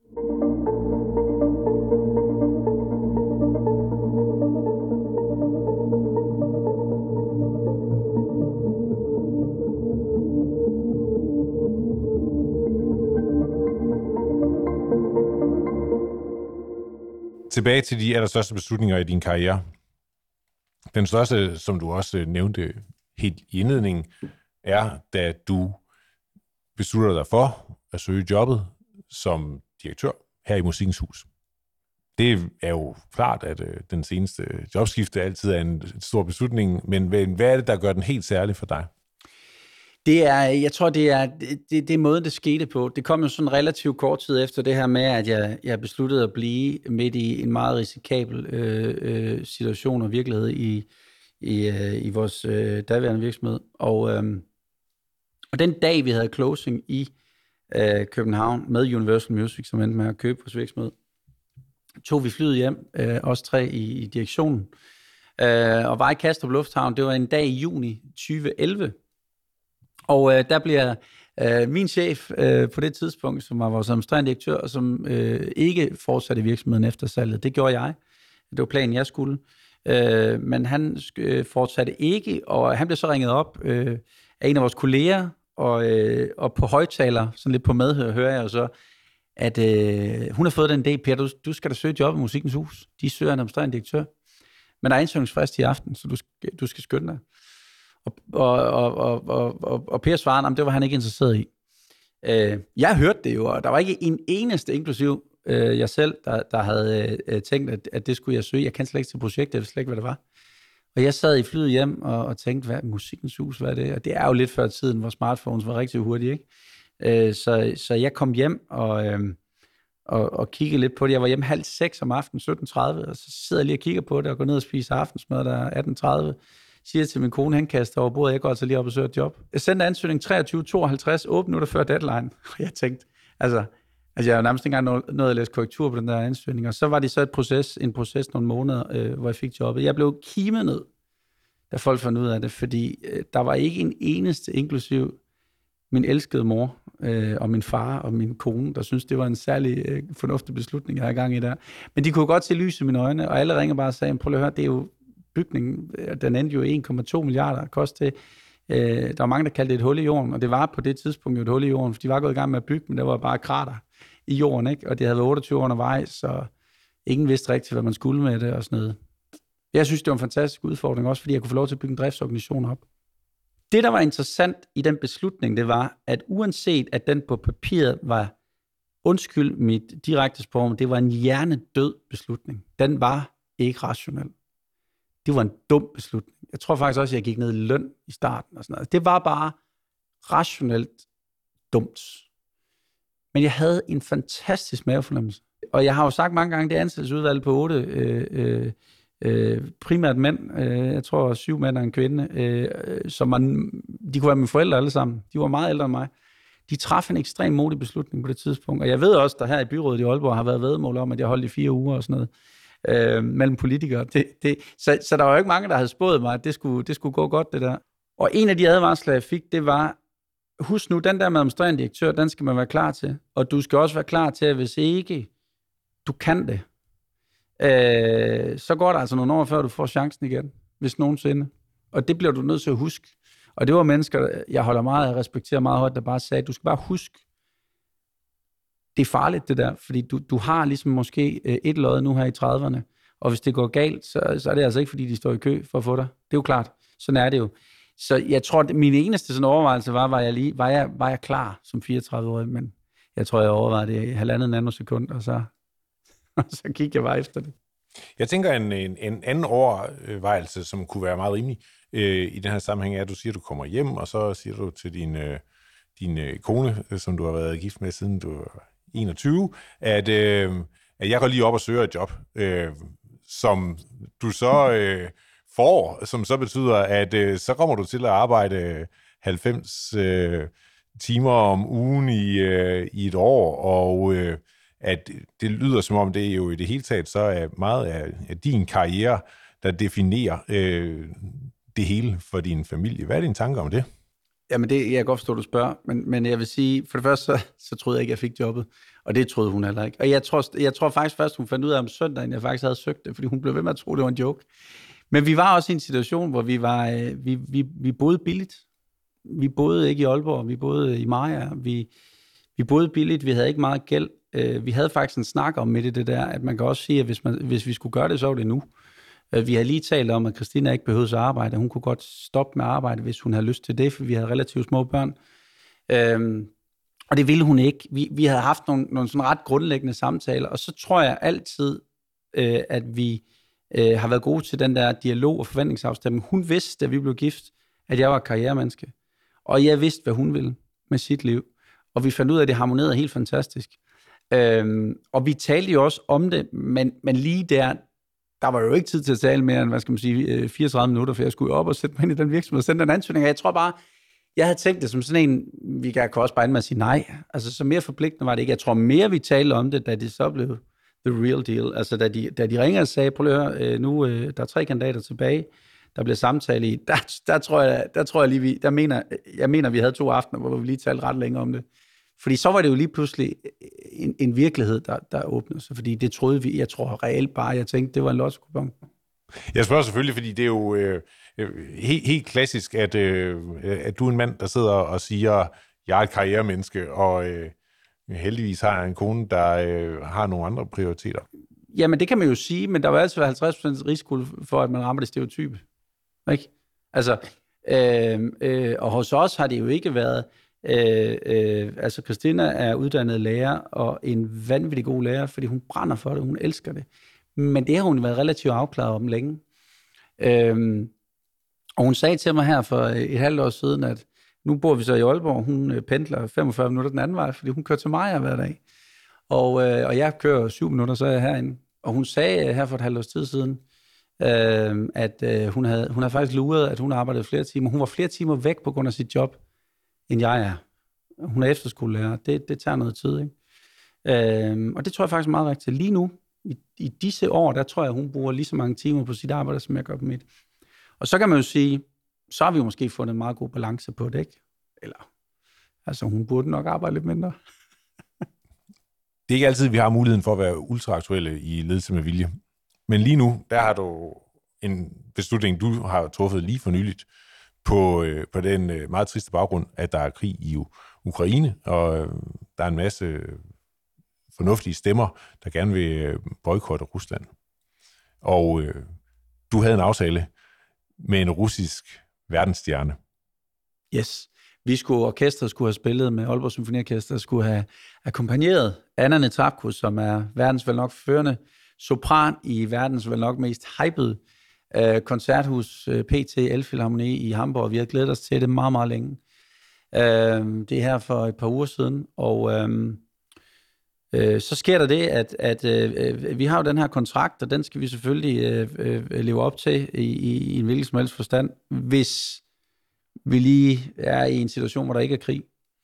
Tilbage til de allerstørste beslutninger i din karriere. Den største, som du også nævnte helt i indledningen, er, da du beslutter dig for at søge jobbet som direktør her i Musikkens Hus. Det er jo klart, at den seneste jobskifte altid er en stor beslutning, men hvad er det, der gør den helt særlig for dig? Det er, jeg tror, det er, det, det er måden, det skete på. Det kom jo sådan relativt kort tid efter det her med, at jeg, jeg besluttede at blive midt i en meget risikabel øh, øh, situation og virkelighed i, i, øh, i vores øh, daværende virksomhed. Og, øh, og den dag, vi havde closing i øh, København med Universal Music, som endte med at købe vores virksomhed, tog vi flyet hjem, øh, os tre i, i direktionen, øh, og var i Kastrup Lufthavn. Det var en dag i juni tyve elleve. Og øh, der bliver øh, min chef øh, på det tidspunkt, som var vores administrerende direktør, og som øh, ikke fortsatte i virksomheden efter salget. Det gjorde jeg. Det var planen, jeg skulle. Øh, men han øh, fortsatte ikke, og han blev så ringet op øh, af en af vores kolleger, og, øh, og på højtaler, sådan lidt på medhør, hører jeg jo så, at øh, hun har fået den idé, Per, du, du skal da søge job i Musikkens Hus. De søger en administrerende direktør. Men der er ansøgningsfrist i aften, så du skal, du skal skynde dig. Og, og, og, og, og, og Per svarede, det var han ikke interesseret i. Øh, jeg hørte det jo, og der var ikke en eneste, inklusiv øh, jeg selv, der, der havde øh, tænkt, at, at det skulle jeg søge. Jeg kendte slet ikke til projektet, jeg vidste slet ikke, hvad det var. Og jeg sad i flyet hjem og, og tænkte, hvad Musikkens Hus, hvad er det? Og det er jo lidt før tiden, hvor smartphones var rigtig hurtige, ikke? Øh, så, så jeg kom hjem og, øh, og, og kiggede lidt på det. Jeg var hjemme halv seks om aftenen, sytten tredive, og så sidder jeg lige og kigger på det og går ned og spiser aftensmad, der er atten tredive. Siger til min kone, han kaster over bordet, jeg går altså lige op og søger et job. Jeg sendte ansøgning treogtyve tooghalvtreds, otte minutter før deadline. Og jeg tænkte, altså, altså jeg har nærmest ikke engang nået at læse korrektur på den der ansøgning. Og så var det så et proces, en proces nogle måneder, øh, hvor jeg fik jobbet. Jeg blev kimet ned, da folk fandt ud af det, fordi øh, der var ikke en eneste, inklusiv min elskede mor øh, og min far og min kone, der synes det var en særlig øh, fornuftig beslutning, jeg havde gang i der. Men de kunne godt se lys i mine øjne, og alle ringer bare og sagde, prøv at høre, det er jo bygningen, den endte jo en komma to milliarder kost til. Øh, der var mange, der kaldte det et hul i jorden, og det var på det tidspunkt jo et hul i jorden, for de var gået i gang med at bygge, men der var bare krater i jorden, ikke? Og det havde været otteogtyve år undervejs, så ingen vidste rigtigt, hvad man skulle med det og sådan noget. Jeg synes, det var en fantastisk udfordring, også fordi jeg kunne få lov til at bygge en driftsorganisation op. Det, der var interessant i den beslutning, det var, at uanset at den på papiret var, undskyld mit direkte sprog, det var en hjernedød beslutning. Den var ikke rationel. Det var en dum beslutning. Jeg tror faktisk også, at jeg gik ned i løn i starten og sådan noget. Det var bare rationelt dumt. Men jeg havde en fantastisk mavefornemmelse. Og jeg har jo sagt mange gange, det ansættelsesudvalg på otte, øh, øh, øh, primært mænd, øh, jeg tror syv mænd og en kvinde, øh, som man, de kunne være mine forældre alle sammen. De var meget ældre end mig. De træffede en ekstremt modig beslutning på det tidspunkt. Og jeg ved også, der her i byrådet i Aalborg har været væddemål om, at jeg holdt i fire uger og sådan noget. Øh, mellem politikere. Det, det, så, så der var jo ikke mange, der havde spået mig, at det skulle, det skulle gå godt, det der. Og en af de advarsler, jeg fik, det var, husk nu, den der med administrerende direktør, den skal man være klar til. Og du skal også være klar til, at hvis ikke du kan det, øh, så går der altså nogle år, før du får chancen igen, hvis nogensinde. Og det bliver du nødt til at huske. Og det var mennesker, jeg holder meget af, respekterer meget højt, der bare sagde, du skal bare huske, det er farligt, det der, fordi du, du har ligesom måske et lod nu her i trediverne, og hvis det går galt, så, så er det altså ikke, fordi de står i kø for at få dig. Det er jo klart. Sådan er det jo. Så jeg tror, at min eneste sådan overvejelse var, var jeg, lige, var jeg, var jeg klar som fireogtredive-årig, men jeg tror, jeg overvejede det i halvandet nanosekund, og så, og så gik jeg bare efter det. Jeg tænker, en, en, en anden overvejelse, som kunne være meget rimelig øh, i den her sammenhæng, er, at du siger, at du kommer hjem, og så siger du til din, øh, din øh, kone, som du har været gift med, siden du var enogtyve, at, øh, at jeg går lige op og søger et job, øh, som du så øh, får, som så betyder, at øh, så kommer du til at arbejde halvfems øh, timer om ugen i, øh, i et år, og øh, at det lyder som om, det er jo i det hele taget, så er meget af, af din karriere, der definerer øh, det hele for din familie. Hvad er dine tanker om det? Jamen, det jeg kan godt forstå, du spørger, men, men jeg vil sige, for det første, så, så troede jeg ikke, jeg fik jobbet, og det troede hun heller ikke. Og jeg tror, jeg tror faktisk først, hun fandt ud af om søndagen, jeg faktisk havde søgt det, fordi hun blev ved med at tro, det var en joke. Men vi var også i en situation, hvor vi var, øh, vi, vi, vi boede billigt. Vi boede ikke i Aalborg, vi boede i Maja, vi, vi boede billigt, vi havde ikke meget gæld. Øh, vi havde faktisk en snak om midt i det der, at man kan også sige, at hvis, man, hvis vi skulle gøre det, så var det nu. Øh, vi havde lige talt om, at Christina ikke behøvede at arbejde. Hun kunne godt stoppe med at arbejde, hvis hun havde lyst til det, for vi havde relativt små børn. Øh, og det ville hun ikke. Vi, vi havde haft nogle, nogle sådan ret grundlæggende samtaler, og så tror jeg altid, øh, at vi øh, har været gode til den der dialog og forventningsafstemning. Hun vidste, da vi blev gift, at jeg var karrieremenneske. Og jeg vidste, hvad hun ville med sit liv. Og vi fandt ud af, at det harmonerede helt fantastisk. Øhm, og vi talte jo også om det, men, men lige der, der var jo ikke tid til at tale mere end, hvad skal man sige, fireogtredive minutter, for jeg skulle op og sætte mig ind i den virksomhed og sende den ansøgning. Og jeg tror bare, jeg havde tænkt det som sådan en, vi kan også bare ind med at sige nej. Altså, så mere forpligtende var det ikke. Jeg tror mere, vi talte om det, da det så blev the real deal. Altså, da de, da de ringede og sagde, prøv at høre, nu der er tre kandidater tilbage, der blev samtale i, der, der tror jeg, der tror jeg lige, vi, der mener, jeg mener, vi havde to aftener, hvor vi lige talte ret længe om det. Fordi så var det jo lige pludselig en, en virkelighed, der, der åbnede sig, fordi det troede vi, jeg tror reelt bare, jeg tænkte, det var en lotto-kupon. Jeg spørger selvfølgelig, fordi det er jo øh, helt, helt klassisk, at, øh, at du er en mand, der sidder og siger, jeg er et karrieremenneske, og øh, heldigvis har jeg en kone, der øh, har nogle andre prioriteter. Jamen, det kan man jo sige, men der var altid halvtreds procent risiko for, at man rammer det stereotype. Ikke? Altså, øh, øh, og hos os har det jo ikke været, øh, øh, altså Christina er uddannet lærer, og en vanvittig god lærer, fordi hun brænder for det, hun elsker det. Men det har hun været relativt afklaret om længe. Øh, og hun sagde til mig her for et halvt år siden, at nu bor vi så i Aalborg, hun pendler femogfyrre minutter den anden vej, fordi hun kører til Maja hver dag. Og, øh, og jeg kører syv minutter, så er jeg herinde. Og hun sagde her for et halvt års tid siden, øh, at øh, hun, havde, hun havde faktisk luret, at hun arbejdede flere timer. Hun var flere timer væk på grund af sit job, end jeg er. Hun er efterskolelærer. Det, det tager noget tid, ikke? Øh, og det tror jeg faktisk er meget rigtigt. Lige nu, i, i disse år, der tror jeg, hun bruger lige så mange timer på sit arbejde, som jeg gør på mit. Og så kan man jo sige, så har vi jo måske fundet en meget god balance på det, ikke? Eller, altså hun burde nok arbejde lidt mindre. Det er ikke altid, vi har muligheden for at være ultraaktuelle i Ledelse med Vilje. Men lige nu, der har du en beslutning, du har truffet lige for nyligt, på, på den meget triste baggrund, at der er krig i Ukraine, og der er en masse fornuftige stemmer, der gerne vil boykotte Rusland. Og øh, du havde en aftale med en russisk verdensstjerne. Yes. Vi skulle, orkestret skulle have spillet med Aalborg Symfoniorkester, skulle have akkompagneret Anna Netrebko, som er verdens vel nok førende sopran i verdens vel nok mest hypede øh, koncerthus, øh, P T Elbphilharmonie i Hamburg. Vi har glædet os til det meget, meget længe. Øh, det er her for et par uger siden, og øh, øh, så sker der det, at, at øh, vi har jo den her kontrakt, og den skal vi selvfølgelig øh, øh, leve op til i, i, i en hvilken som helst forstand, hvis vi lige er i en situation, hvor der ikke er krig.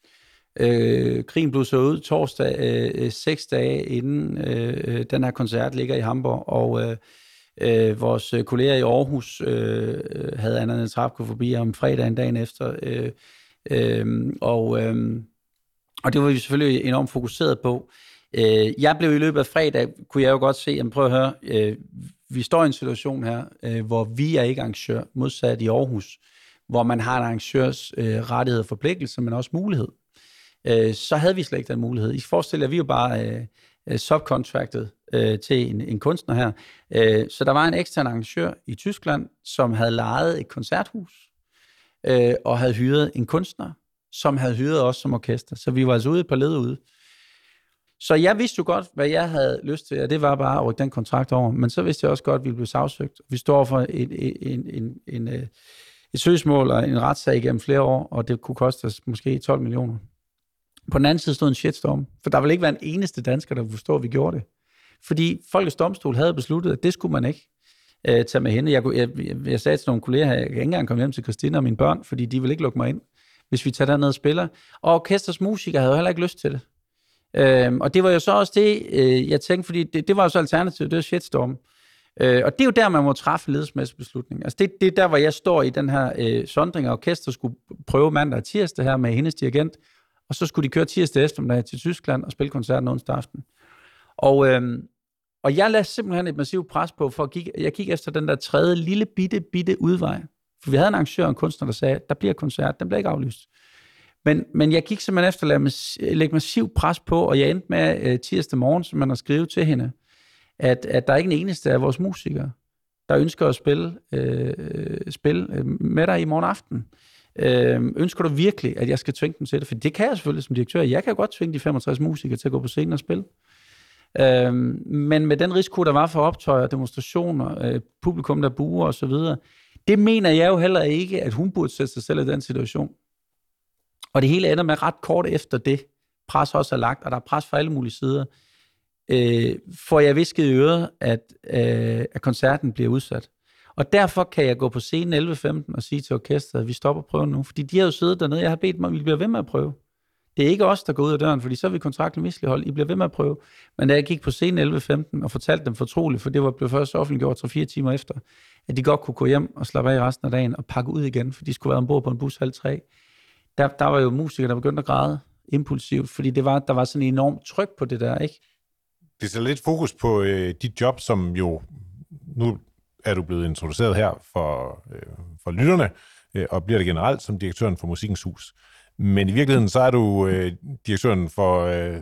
Øh, krigen blev så ud torsdag, øh, seks dage inden øh, den her koncert ligger i Hamburg, og øh, øh, vores kolleger i Aarhus øh, havde Anna Netrebko forbi om fredagen dagen efter, øh, øh, og, øh, og det var vi selvfølgelig enormt fokuseret på. Øh, jeg blev i løbet af fredag, kunne jeg jo godt se, jamen prøv at høre, øh, vi står i en situation her, øh, hvor vi er ikke arrangør, modsat i Aarhus, hvor man har en arrangørs øh, rettighed og forpligtelse, men også mulighed. Øh, så havde vi slet ikke den mulighed. I forestiller, at vi jo bare øh, subcontracted øh, til en, en kunstner her. Øh, så der var en ekstern arrangør i Tyskland, som havde lejet et koncerthus, øh, og havde hyret en kunstner, som havde hyret os som orkester. Så vi var altså ude et par led ude. Så jeg vidste jo godt, hvad jeg havde lyst til, og det var bare at rykke den kontrakt over. Men så vidste jeg også godt, at vi blev sagsøgt. Vi står for en, en, en, en, en et søgsmål og en retssag gennem flere år, og det kunne koste os måske tolv millioner. På den anden side stod en shitstorm, for der ville ikke være en eneste dansker, der kunne forstå, at vi gjorde det. Fordi Folkets Domstol havde besluttet, at det skulle man ikke øh, tage med hende. Jeg, jeg, jeg, jeg sagde til nogle kolleger her, jeg kan ikke engang komme hjem til Christina og mine børn, fordi de ville ikke lukke mig ind. hvis vi tager derned og spiller. Og orkesters musikere havde jo heller ikke lyst til det. Øhm, og det var jo så også det, øh, jeg tænkte, fordi det, det var jo så alternativet, det var shitstorm. Øh, og det er jo der, man må træffe ledelsesmæssige beslutninger. Altså det, det er der, hvor jeg står i den her øh, sondring, og orkester skulle prøve mandag og tirsdag her med hendes dirigent, og så skulle de køre tirsdag eftermiddag til Tyskland og spille koncerten onsdag aften. Og, øh, og jeg lagde simpelthen et massivt pres på, for at kigge, jeg kiggede efter den der tredje lille bitte, bitte udvej. For vi havde en arrangør og en kunstner, der sagde, der bliver koncert, den bliver ikke aflyst. Men, men jeg gik simpelthen efter at lade lægge massivt pres på, og jeg endte med øh, tirsdag morgen, som man har skrevet til hende, at, at der er ikke en eneste af vores musikere, der ønsker at spille, øh, spille med dig i morgen aften. Øh, ønsker du virkelig, at jeg skal tvinge dem til det? For det kan jeg selvfølgelig som direktør. Jeg kan godt tvinge de femogtres musikere til at gå på scenen og spille. Øh, men med den risiko, der var for optøjer, demonstrationer, øh, publikum, der buer osv., det mener jeg jo heller ikke, at hun burde sætte sig selv i den situation. Og det hele ender med ret kort efter det, pres også er lagt, og der er pres fra alle mulige sider, øh, får jeg visket i øret, at, øh, at koncerten bliver udsat. Og derfor kan jeg gå på scenen elleve femten og sige til orkestret, at vi stopper prøven nu, fordi de har jo siddet dernede, jeg har bedt dem om, at vi bliver ved med at prøve. Det er ikke os, der går ud af døren, fordi så er vi kontrakten misligholdt, I bliver ved med at prøve. Men da jeg gik på scenen elleve femten og fortalte dem fortroligt, for det var blevet først offentliggjort tre fire timer efter, at de godt kunne gå hjem og slappe af resten af dagen og pakke ud igen, for de skulle være ombord på en bus halv tre. Der, der var jo musikere, der begyndte at græde impulsivt, fordi det var, der var sådan en enorm tryk på det der, ikke? Det sætter lidt fokus på øh, dit job, som jo, nu er du blevet introduceret her for, øh, for lytterne, øh, og bliver det generelt som direktøren for Musikkens Hus. Men i virkeligheden, så er du øh, direktøren for øh,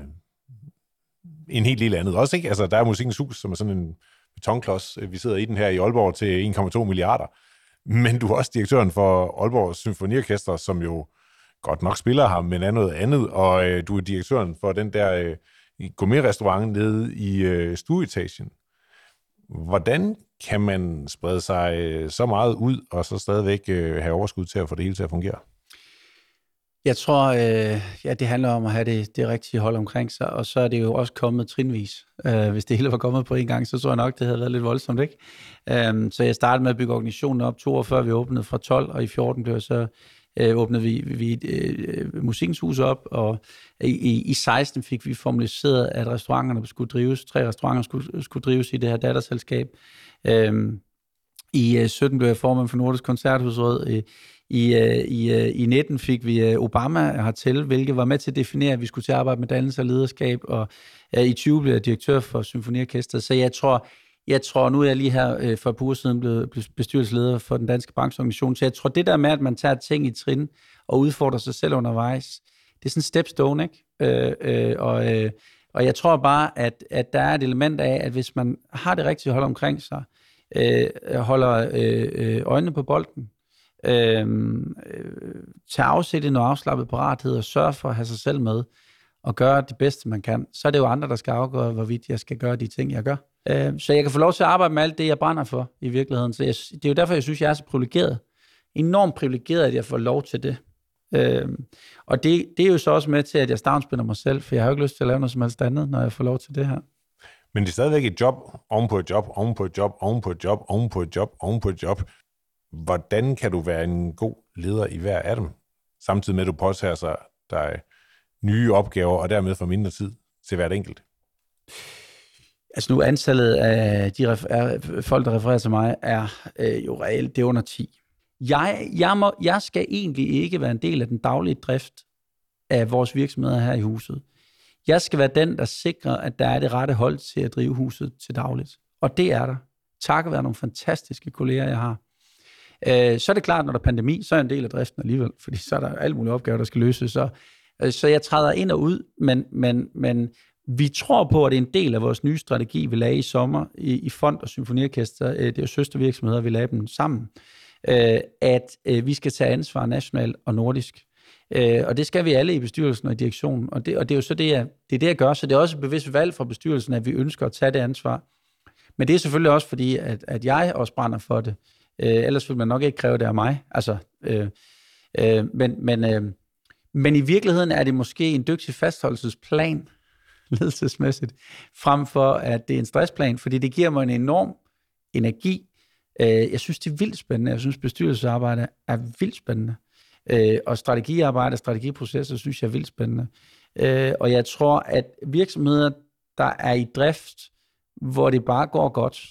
en helt lille andet også, ikke? Altså, der er Musikkens Hus, som er sådan en betonklods. Vi sidder i den her i Aalborg til en komma to milliarder. Men du er også direktøren for Aalborg Symfoniorkester, som jo godt nok spiller her, men er noget andet. Og øh, du er direktøren for den der øh, gourmet-restaurant nede i øh, stueetagen. Hvordan kan man sprede sig øh, så meget ud, og så stadigvæk øh, have overskud til at få det hele til at fungere? Jeg tror, øh, ja, det handler om at have det, det rigtige hold omkring sig, og så er det jo også kommet trinvis. Øh, hvis det hele var kommet på en gang, så tror jeg nok, det havde været lidt voldsomt, ikke? Øh, så jeg startede med at bygge organisationen op to år før vi åbnede fra tolv, og i fjorten blev så øh, åbnede vi, vi øh, Musikkens Hus op, og i, i seksten fik vi formaliseret, at restauranterne skulle drives, tre restauranter skulle, skulle drives i det her datterselskab. Øh, I sytten blev jeg formand for Nordisk Koncerthusråd. Øh, I, i, I nitten fik vi Obama hertil, hvilket var med til at definere, at vi skulle til at arbejde med dannelse og lederskab, og i tyve blev jeg direktør for Symfoniorkestret. Så jeg tror, jeg tror, nu er jeg lige her for et par uger siden blevet bestyrelsesleder for den danske brancheorganisation, så jeg tror, det der med, at man tager ting i trin og udfordrer sig selv undervejs, det er sådan en stepstone, ikke? Øh, øh, og, øh, og jeg tror bare, at, at der er et element af, at hvis man har det rigtige hold omkring sig, øh, holder øh, øjnene på bolden, Øhm, øh, tage afsæt i noget afslappet parathed og sørge for at have sig selv med og gøre det bedste, man kan, så er det jo andre, der skal afgøre, hvorvidt jeg skal gøre de ting, jeg gør. Øh, så jeg kan få lov til at arbejde med alt det, jeg brænder for i virkeligheden. Så jeg, det er jo derfor, jeg synes, jeg er så privilegeret. Enormt privilegeret, at jeg får lov til det. Øh, og det, det er jo så også med til, at jeg stavnsbinder mig selv, for jeg har jo ikke lyst til at lave noget som helst andet, når jeg får lov til det her. Men det er stadigvæk et job, oven på et job, oven på et job, oven på et job, oven på et job, oven på et job. Hvordan kan du være en god leder i hver af dem, samtidig med, at du påtager sig dig nye opgaver, og dermed får mindre tid til hvert enkelt? Altså nu antallet af de refer- folk, der refererer til mig, er øh, jo reelt, det er under ti. Jeg, jeg, må, jeg skal egentlig ikke være en del af den daglige drift af vores virksomheder her i huset. Jeg skal være den, der sikrer, at der er det rette hold til at drive huset til dagligt. Og det er der. Takket være nogle fantastiske kolleger, jeg har. Så er det klart, når der er pandemi, så er jeg en del af driften alligevel, fordi så er der alle mulige opgaver, der skal løses. Så, så jeg træder ind og ud, men, men, men vi tror på, at det er en del af vores nye strategi, vi lagde i sommer i, i Fond og Symfoniorkester, det er jo søstervirksomheder, vi lagde dem sammen, at vi skal tage ansvar nationalt og nordisk. Og det skal vi alle i bestyrelsen og i direktionen, og det, og det er jo så det, jeg, det, er det, jeg gør, så det er også et bevidst valg fra bestyrelsen, at vi ønsker at tage det ansvar. Men det er selvfølgelig også fordi, at, at jeg også brænder for det. Øh, ellers vil man nok ikke kræve det af mig. Altså, øh, øh, men, men, øh, men i virkeligheden er det måske en dygtig fastholdelsesplan, ledelsesmæssigt, frem for at det er en stressplan, fordi det giver mig en enorm energi. Øh, jeg synes, det er vildt spændende. Jeg synes, bestyrelsesarbejde er vildt spændende. Øh, og strategiarbejde og strategiprocesser synes jeg er vildt spændende. Øh, og jeg tror, at virksomheder, der er i drift, hvor det bare går godt,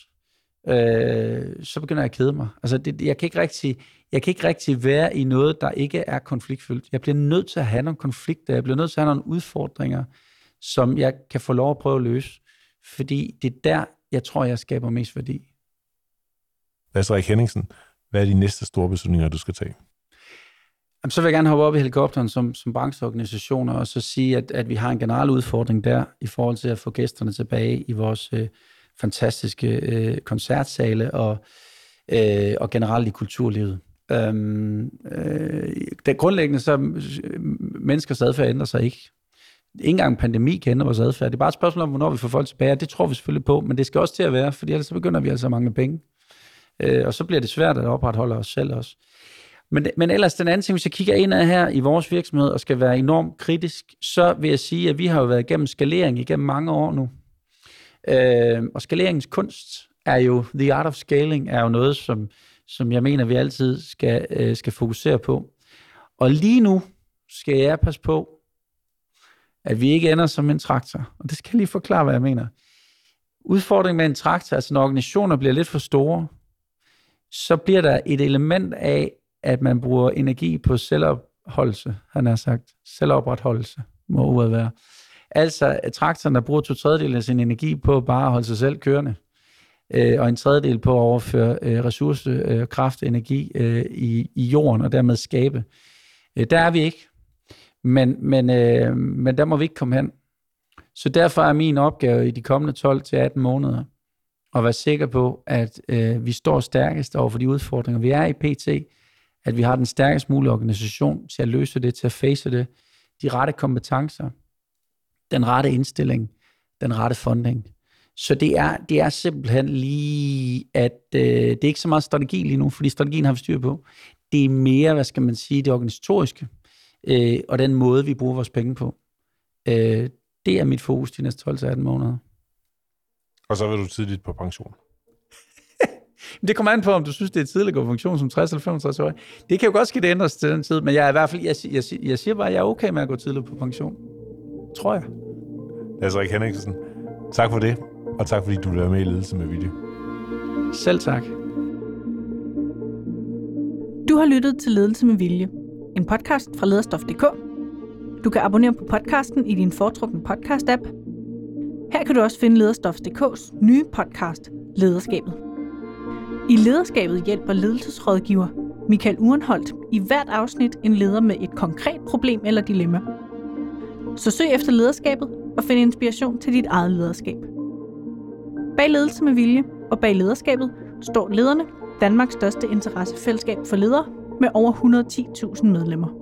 øh, så begynder jeg at kede mig. Altså, det, jeg, kan ikke rigtig, jeg kan ikke rigtig være i noget, der ikke er konfliktfyldt. Jeg bliver nødt til at have nogle konflikter, jeg bliver nødt til at have nogle udfordringer, som jeg kan få lov at prøve at løse. Fordi det er der, jeg tror, jeg skaber mest værdi. Lasse Rik Henningsen, hvad er de næste store beslutninger, du skal tage? Jamen, så vil jeg gerne hoppe op i helikopteren som, som brancheorganisationer, og så sige, at, at vi har en generel udfordring der, i forhold til at få gæsterne tilbage i vores øh, fantastiske øh, koncertsale, og, øh, og generelt i kulturlivet. Øhm, øh, det grundlæggende så, menneskers adfærd ændrer sig ikke. Ikke engang en pandemi kan ændre vores adfærd. Det er bare et spørgsmål om, hvornår vi får folk tilbage, og det tror vi selvfølgelig på, men det skal også til at være, for ellers så begynder vi altså at mangle penge. Øh, og så bliver det svært at opretholde os selv også. Men, men ellers den anden ting, hvis jeg kigger ind af her i vores virksomhed og skal være enormt kritisk, så vil jeg sige, at vi har jo været igennem skalering igennem mange år nu. Øh, og skaleringens kunst er jo, the art of scaling, er jo noget, som, som jeg mener, vi altid skal, øh, skal fokusere på. Og lige nu skal jeg passe på, at vi ikke ender som en traktor. Og det skal jeg lige forklare, hvad jeg mener. Udfordringen med en traktor, altså når organisationer bliver lidt for store, så bliver der et element af, at man bruger energi på selvopholdelse, han har sagt. Selvopretholdelse må ordet være. Altså traktoren, der bruger to tredjedel af sin energi på bare at holde sig selv kørende, øh, og en tredjedel på at overføre øh, ressource, øh, kraft, energi øh, i, i jorden, og dermed skabe. Øh, der er vi ikke. Men, men, øh, men der må vi ikke komme hen. Så derfor er min opgave i de kommende tolv til atten måneder, at være sikker på, at øh, vi står stærkest over for de udfordringer, vi er i P T, at vi har den stærkest mulige organisation til at løse det, til at face det, de rette kompetencer, den rette indstilling, den rette funding. Så det er, det er simpelthen lige, at øh, det er ikke så meget strategi lige nu, fordi strategien har vi styr på. Det er mere, hvad skal man sige, det organisatoriske, øh, og den måde, vi bruger vores penge på. Øh, det er mit fokus de næste tolv til atten måneder. Og så vil du tidligt på pension. Det kommer an på, om du synes, det er tidligt at gå på pension som tres eller femogtres år. Det kan jo godt ske, det ændres til den tid, men jeg er i hvert fald, jeg, jeg, jeg siger bare, at jeg er okay med at gå tidligt på pension. Tror jeg. Lasse Rik Henningsen, tak for det, og tak fordi du vil være med i Ledelse med Vilje. Selv tak. Du har lyttet til Ledelse med Vilje, en podcast fra lederstof punktum d k. Du kan abonnere på podcasten i din foretrukne podcast-app. Her kan du også finde lederstof punktum d k's nye podcast, Lederskabet. I Lederskabet hjælper ledelsesrådgiver Michael Urenholdt i hvert afsnit en leder med et konkret problem eller dilemma. Så søg efter lederskabet og find inspiration til dit eget lederskab. Bag Ledelse med Vilje og bag lederskabet står Lederne, Danmarks største interessefællesskab for ledere med over et hundrede og ti tusind medlemmer.